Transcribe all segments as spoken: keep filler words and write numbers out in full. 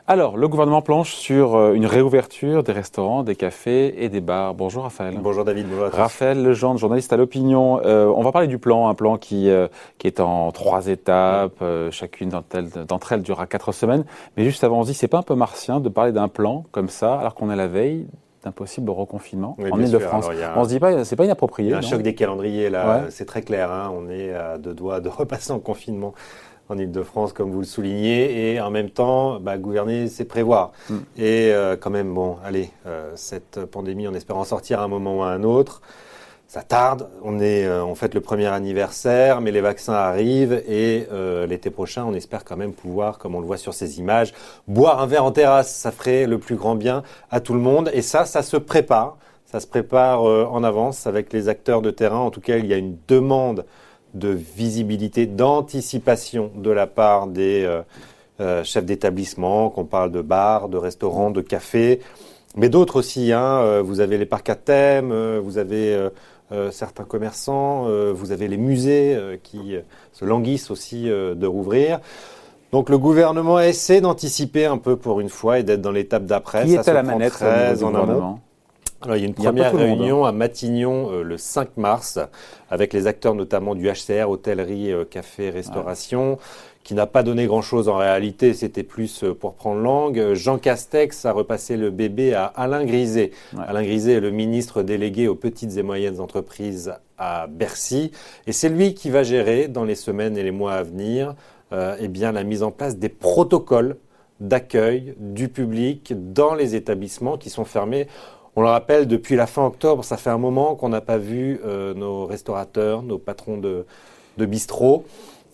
Alors, le gouvernement planche sur une réouverture des restaurants, des cafés et des bars. Bonjour Raphaël. Bonjour David, bonjour à tous. Raphaël Legendre, journaliste à l'Opinion. Euh, on va parler du plan, un plan qui, euh, qui est en trois étapes. Euh, chacune d'entre elles, d'entre elles durera quatre semaines. Mais juste avant, on se dit, c'est pas un peu martien de parler d'un plan comme ça, alors qu'on est à la veille d'un possible reconfinement oui, en Ile-de-France. Un... On se dit pas, c'est pas inapproprié. Il y a un non choc des calendriers là, ouais. C'est très clair. Hein, on est à deux doigts de repasser en confinement en Ile-de-France, comme vous le soulignez, et en même temps, bah, gouverner, c'est prévoir. Mm. Et euh, quand même, bon, allez, euh, cette pandémie, en espérant sortir à un moment ou à un autre, ça tarde. On est, euh, on fête le premier anniversaire, mais les vaccins arrivent et euh, l'été prochain, on espère quand même pouvoir, comme on le voit sur ces images, boire un verre en terrasse. Ça ferait le plus grand bien à tout le monde. Et ça, ça se prépare. Ça se prépare euh, en avance avec les acteurs de terrain. En tout cas, il y a une demande de visibilité, d'anticipation de la part des euh, euh, chefs d'établissement, qu'on parle de bars, de restaurants, de cafés, mais d'autres aussi. Hein. Vous avez les parcs à thème, vous avez euh, euh, certains commerçants, euh, vous avez les musées euh, qui euh, se languissent aussi euh, de rouvrir. Donc le gouvernement essaie d'anticiper un peu pour une fois et d'être dans l'étape d'après. Qui Ça est à la manette très en amont. Alors, il y a une il y a première réunion à Matignon euh, le cinq mars avec les acteurs notamment du H C R, hôtellerie, euh, café, restauration, ouais. qui n'a pas donné grand-chose en réalité, c'était plus euh, pour prendre langue. Jean Castex a repassé le bébé à Alain Griset. Ouais. Alain Griset est le ministre délégué aux petites et moyennes entreprises à Bercy. Et c'est lui qui va gérer dans les semaines et les mois à venir euh, eh bien, la mise en place des protocoles d'accueil du public dans les établissements qui sont fermés. On le rappelle, depuis la fin octobre, ça fait un moment qu'on n'a pas vu euh, nos restaurateurs, nos patrons de, de bistrot.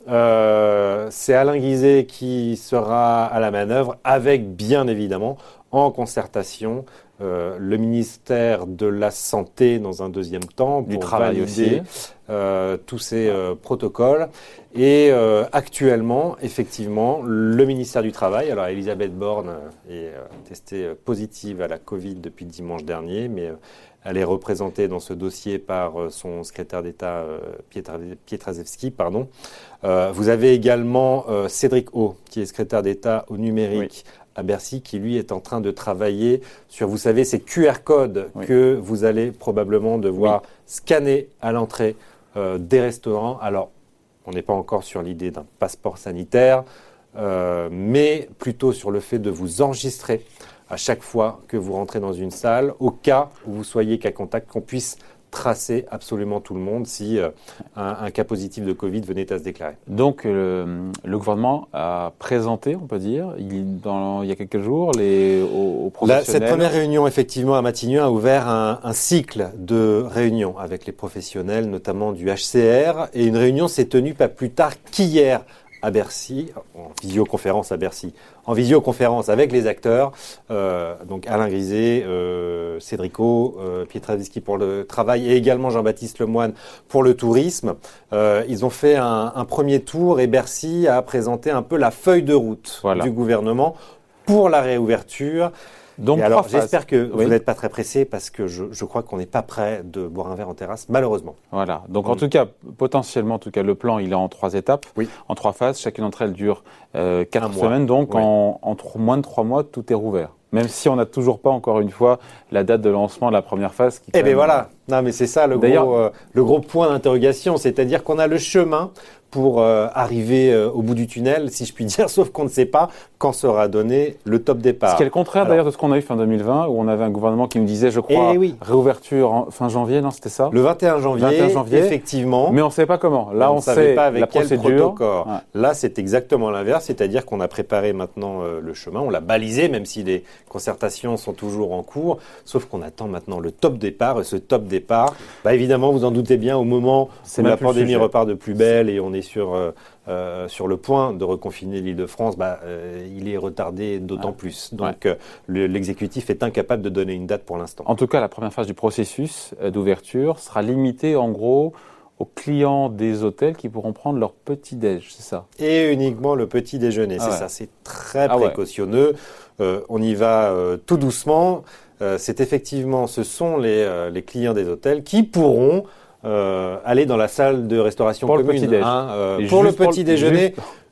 Euh, c'est Alain Griset qui sera à la manœuvre avec, bien évidemment, en concertation, euh, le ministère de la Santé dans un deuxième temps pour du travail valider aussi. Euh, tous ces euh, protocoles. Et euh, actuellement, effectivement, le ministère du Travail, alors Elisabeth Borne est euh, testée euh, positive à la Covid depuis dimanche dernier, mais euh, elle est représentée dans ce dossier par euh, son secrétaire d'État euh, Pietra, Pietraszewski. Pardon. Euh, vous avez également euh, Cédric O, qui est secrétaire d'État au numérique oui. à Bercy, qui lui est en train de travailler sur, vous savez, ces Q R codes oui. que vous allez probablement devoir oui. scanner à l'entrée euh, des restaurants. Alors, on n'est pas encore sur l'idée d'un passeport sanitaire, euh, mais plutôt sur le fait de vous enregistrer à chaque fois que vous rentrez dans une salle, au cas où vous soyez cas contact, qu'on puisse tracer absolument tout le monde si euh, un, un cas positif de Covid venait à se déclarer. Donc euh, le gouvernement a présenté, on peut dire, il, dans, il y a quelques jours, les, aux, aux professionnels. La, cette première réunion, effectivement, à Matignon, a ouvert un, un cycle de réunions avec les professionnels, notamment du H C R, et une réunion s'est tenue pas plus tard qu'hier à Bercy, en visioconférence à Bercy, en visioconférence avec les acteurs, euh, donc Alain Griset, euh, Cédrico, euh, Pietraszewski pour le travail et également Jean-Baptiste Lemoyne pour le tourisme. Euh, ils ont fait un, un premier tour et Bercy a présenté un peu la feuille de route voilà. du gouvernement pour la réouverture. Donc, et alors, j'espère que oui. vous n'êtes pas très pressé parce que je, je crois qu'on n'est pas prêt de boire un verre en terrasse, malheureusement. Voilà. Donc, mmh. en tout cas, potentiellement, en tout cas, le plan, il est en trois étapes, oui. en trois phases. Chacune d'entre elles dure euh, quatre semaines. Donc, oui. en, en trois, moins de trois mois, tout est rouvert. Même si on n'a toujours pas, encore une fois, la date de lancement de la première phase. Qui eh bien, voilà. Non, mais c'est ça le gros, euh, le gros point d'interrogation. C'est-à-dire qu'on a le chemin pour euh, arriver euh, au bout du tunnel, si je puis dire, sauf qu'on ne sait pas quand sera donné le top départ. Ce qui est le contraire Alors, d'ailleurs de ce qu'on a eu fin deux mille vingt, où on avait un gouvernement qui nous disait, je crois, oui. réouverture en, fin janvier, non, c'était ça ? Le vingt et un janvier, vingt et un janvier effectivement. Mais on ne savait pas comment. Là, on, on sait savait pas avec la quel procédure. protocole. Ouais. Là, c'est exactement l'inverse, c'est-à-dire qu'on a préparé maintenant euh, le chemin, on l'a balisé, même si les concertations sont toujours en cours, sauf qu'on attend maintenant le top départ. Et ce top départ, bah, évidemment, vous en doutez bien, au moment où la pandémie repart de plus belle et on est sur... Euh, Euh, sur le point de reconfiner l'Île-de-France, bah, euh, il est retardé d'autant ouais. plus. Donc, ouais. euh, le, l'exécutif est incapable de donner une date pour l'instant. En tout cas, la première phase du processus euh, d'ouverture sera limitée, en gros, aux clients des hôtels qui pourront prendre leur petit-déj, c'est ça ? Et uniquement le petit-déjeuner, ah c'est ouais. ça. C'est très ah précautionneux. Ouais. Euh, on y va euh, tout doucement. Euh, c'est effectivement, ce sont les, euh, les clients des hôtels qui pourront Euh, aller dans la salle de restauration pour commune le petit-déj. Hein, euh, pour le petit déjeuner.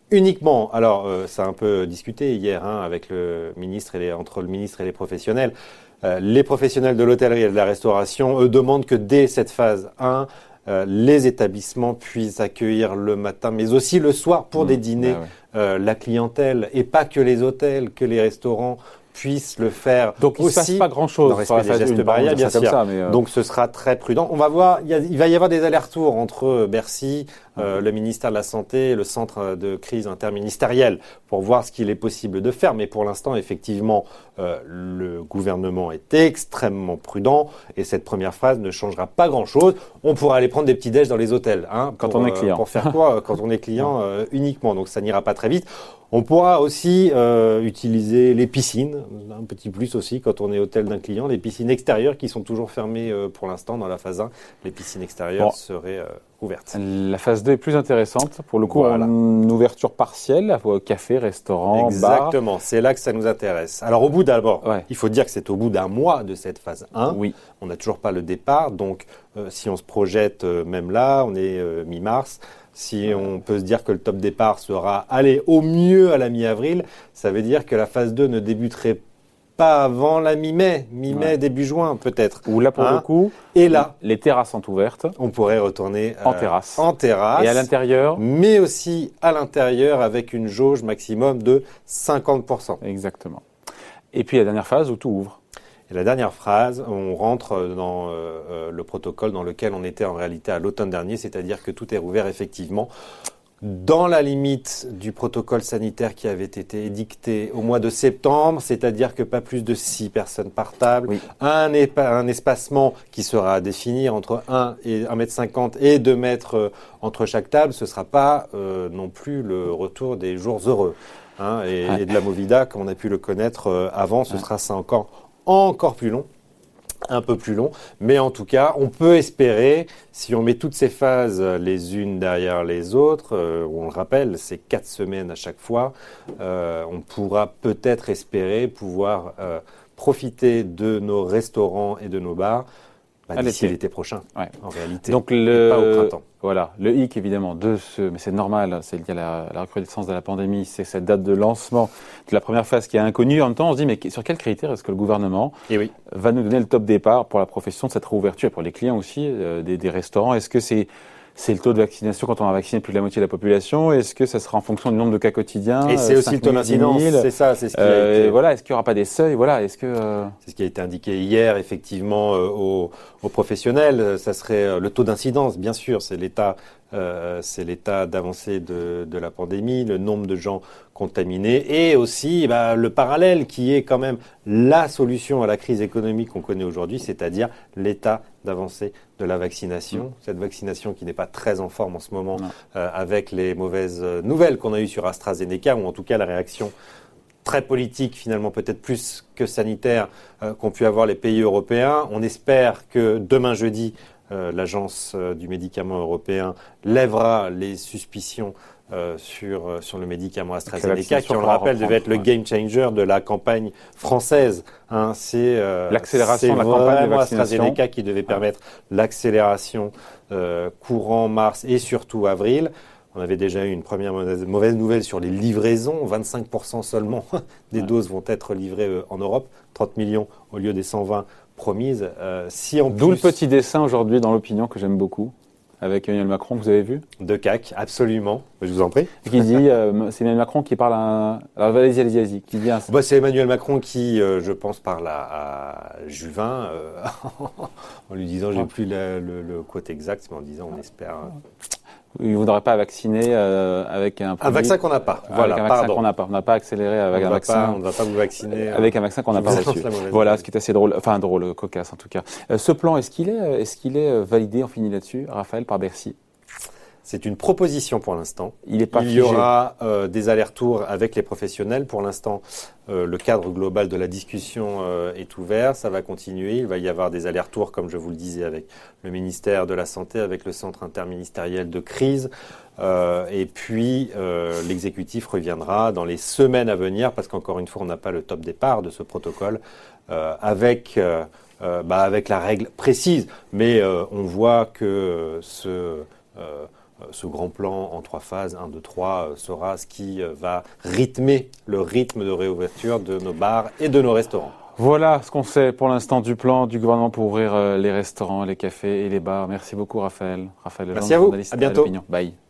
Uniquement, alors euh, ça a un peu discuté hier hein, avec le ministre et les, entre le ministre et les professionnels. Euh, les professionnels de l'hôtellerie et de la restauration, eux, demandent que dès cette phase un, euh, les établissements puissent accueillir le matin, mais aussi le soir pour mmh, des dîners, bah ouais. euh, la clientèle, et pas que les hôtels, que les restaurants puissent le faire. Donc il ne se passe pas grand-chose dans respect des gestes barrières, bien sûr. Ça, mais euh... Donc ce sera très prudent. On va voir, il, y a, il va y avoir des allers-retours entre Bercy, euh, le ministère de la Santé et le centre de crise interministériel pour voir ce qu'il est possible de faire. Mais pour l'instant, effectivement, euh, le gouvernement est extrêmement prudent et cette première phase ne changera pas grand-chose. On pourra aller prendre des petits déj dans les hôtels. Hein, quand pour, on est client. Euh, pour faire quoi quand on est client euh, uniquement. Donc ça n'ira pas très vite. On pourra aussi euh, utiliser les piscines, un petit plus aussi quand on est hôtel d'un client, les piscines extérieures qui sont toujours fermées euh, pour l'instant dans la phase un. Les piscines extérieures bon. seraient euh, ouvertes. La phase deux est plus intéressante. Pour le coup, voilà. Une ouverture partielle, café, restaurant, Exactement. bar. Exactement, c'est là que ça nous intéresse. Alors au bout d'abord, ouais. il faut dire que c'est au bout d'un mois de cette phase un. Oui. On n'a toujours pas le départ, donc euh, si on se projette euh, même là, on est euh, mi-mars. Si on peut se dire que le top départ sera allé au mieux à la mi-avril, ça veut dire que la phase deux ne débuterait pas avant la mi-mai, mi-mai, ouais. début juin peut-être. Ou là pour hein. le coup, et là, les terrasses sont ouvertes. On pourrait retourner en euh, terrasse. En terrasse. Et à l'intérieur. Mais aussi à l'intérieur avec une jauge maximum de cinquante pour cent. Exactement. Et puis la dernière phase où tout ouvre. Et la dernière phrase, on rentre dans euh, le protocole dans lequel on était en réalité à l'automne dernier, c'est-à-dire que tout est rouvert effectivement dans la limite du protocole sanitaire qui avait été édicté au mois de septembre, c'est-à-dire que pas plus de six personnes par table, oui. un, épa- un espacement qui sera à définir entre un et un mètre cinquante et deux mètres euh, entre chaque table, ce ne sera pas euh, non plus le retour des jours heureux hein, et, ouais. et de la Movida comme on a pu le connaître euh, avant, ce ouais. sera ça encore. encore plus long, un peu plus long, mais en tout cas, on peut espérer, si on met toutes ces phases les unes derrière les autres, euh, on le rappelle, c'est quatre semaines à chaque fois, euh, on pourra peut-être espérer pouvoir euh, profiter de nos restaurants et de nos bars bah, d'ici l'été. l'été prochain, ouais. en réalité, donc le... et pas au printemps. Voilà, le hic évidemment de ce, mais c'est normal, c'est lié à la, la recrudescence de la pandémie, c'est cette date de lancement de la première phase qui est inconnue. En même temps, on se dit mais sur quels critères est-ce que le gouvernement et oui. va nous donner le top départ pour la profession de cette réouverture et pour les clients aussi euh, des, des restaurants? Est-ce que c'est c'est le taux de vaccination quand on a vacciné plus de la moitié de la population? Est-ce que ça sera en fonction du nombre de cas quotidiens? Et c'est aussi le taux d'incidence, c'est ça, c'est ce qui euh, a été... Voilà, est-ce qu'il n'y aura pas des seuils? Voilà, est-ce que... Euh... C'est ce qui a été indiqué hier, effectivement, euh, aux, aux professionnels. Ça serait euh, le taux d'incidence, bien sûr, c'est l'état, euh, c'est l'état d'avancée de, de la pandémie, le nombre de gens contaminés et aussi bah, le parallèle qui est quand même la solution à la crise économique qu'on connaît aujourd'hui, c'est-à-dire l'état d'avancée de la vaccination. Mmh. Cette vaccination qui n'est pas très en forme en ce moment euh, avec les mauvaises nouvelles qu'on a eues sur AstraZeneca, ou en tout cas la réaction très politique, finalement peut-être plus que sanitaire, euh, qu'ont pu avoir les pays européens. On espère que demain jeudi, euh, l'Agence euh, du médicament européen lèvera les suspicions Euh, sur, euh, sur le médicament AstraZeneca, qui, on le rappelle, devait être le game changer de la campagne française. Hein, c'est euh, l'accélération de la campagne de vaccination. AstraZeneca qui devait permettre l'accélération euh, courant mars et surtout avril. On avait déjà eu une première mauvaise nouvelle sur les livraisons. vingt-cinq pour cent seulement des ouais. doses vont être livrées euh, en Europe. trente millions au lieu des cent vingt promises. Euh, si en D'où plus... le petit dessin aujourd'hui dans l'opinion que j'aime beaucoup. Avec Emmanuel Macron, vous avez vu? De C A C, absolument. Je vous en prie. Qui dit, euh, c'est Emmanuel Macron qui parle à un... Alors, allez-y, allez-y, allez-y. Qui dit un... bah, c'est Emmanuel Macron qui, euh, je pense, parle à, à Juvin, euh, en lui disant, j'ai ouais. plus la, le, le quote exact, mais en disant, on espère... Euh... Il ne voudrait pas vacciner euh, avec un produit, un vaccin qu'on n'a pas. Voilà, avec un pardon. vaccin qu'on n'a pas. On n'a pas accéléré avec on un vaccin. Pas, on ne va pas vous vacciner. Avec un vaccin qu'on n'a pas reçu. Voilà, ce qui est assez drôle, enfin drôle, cocasse en tout cas. Euh, ce plan, est-ce qu'il est, est-ce qu'il est validé, on finit là-dessus, Raphaël, par Bercy? C'est une proposition pour l'instant. Il, est pas Il y aura euh, des allers-retours avec les professionnels. Pour l'instant, euh, le cadre global de la discussion euh, est ouvert. Ça va continuer. Il va y avoir des allers-retours, comme je vous le disais, avec le ministère de la Santé, avec le Centre interministériel de crise. Euh, et puis, euh, l'exécutif reviendra dans les semaines à venir, parce qu'encore une fois, on n'a pas le top départ de ce protocole, euh, avec, euh, euh, bah, avec la règle précise. Mais euh, on voit que ce... Euh, ce grand plan en trois phases, un, deux, trois, sera ce qui va rythmer le rythme de réouverture de nos bars et de nos restaurants. Voilà ce qu'on sait pour l'instant du plan du gouvernement pour ouvrir les restaurants, les cafés et les bars. Merci beaucoup Raphaël. Raphaël Legendre, merci à vous, journaliste à bientôt. à Bye.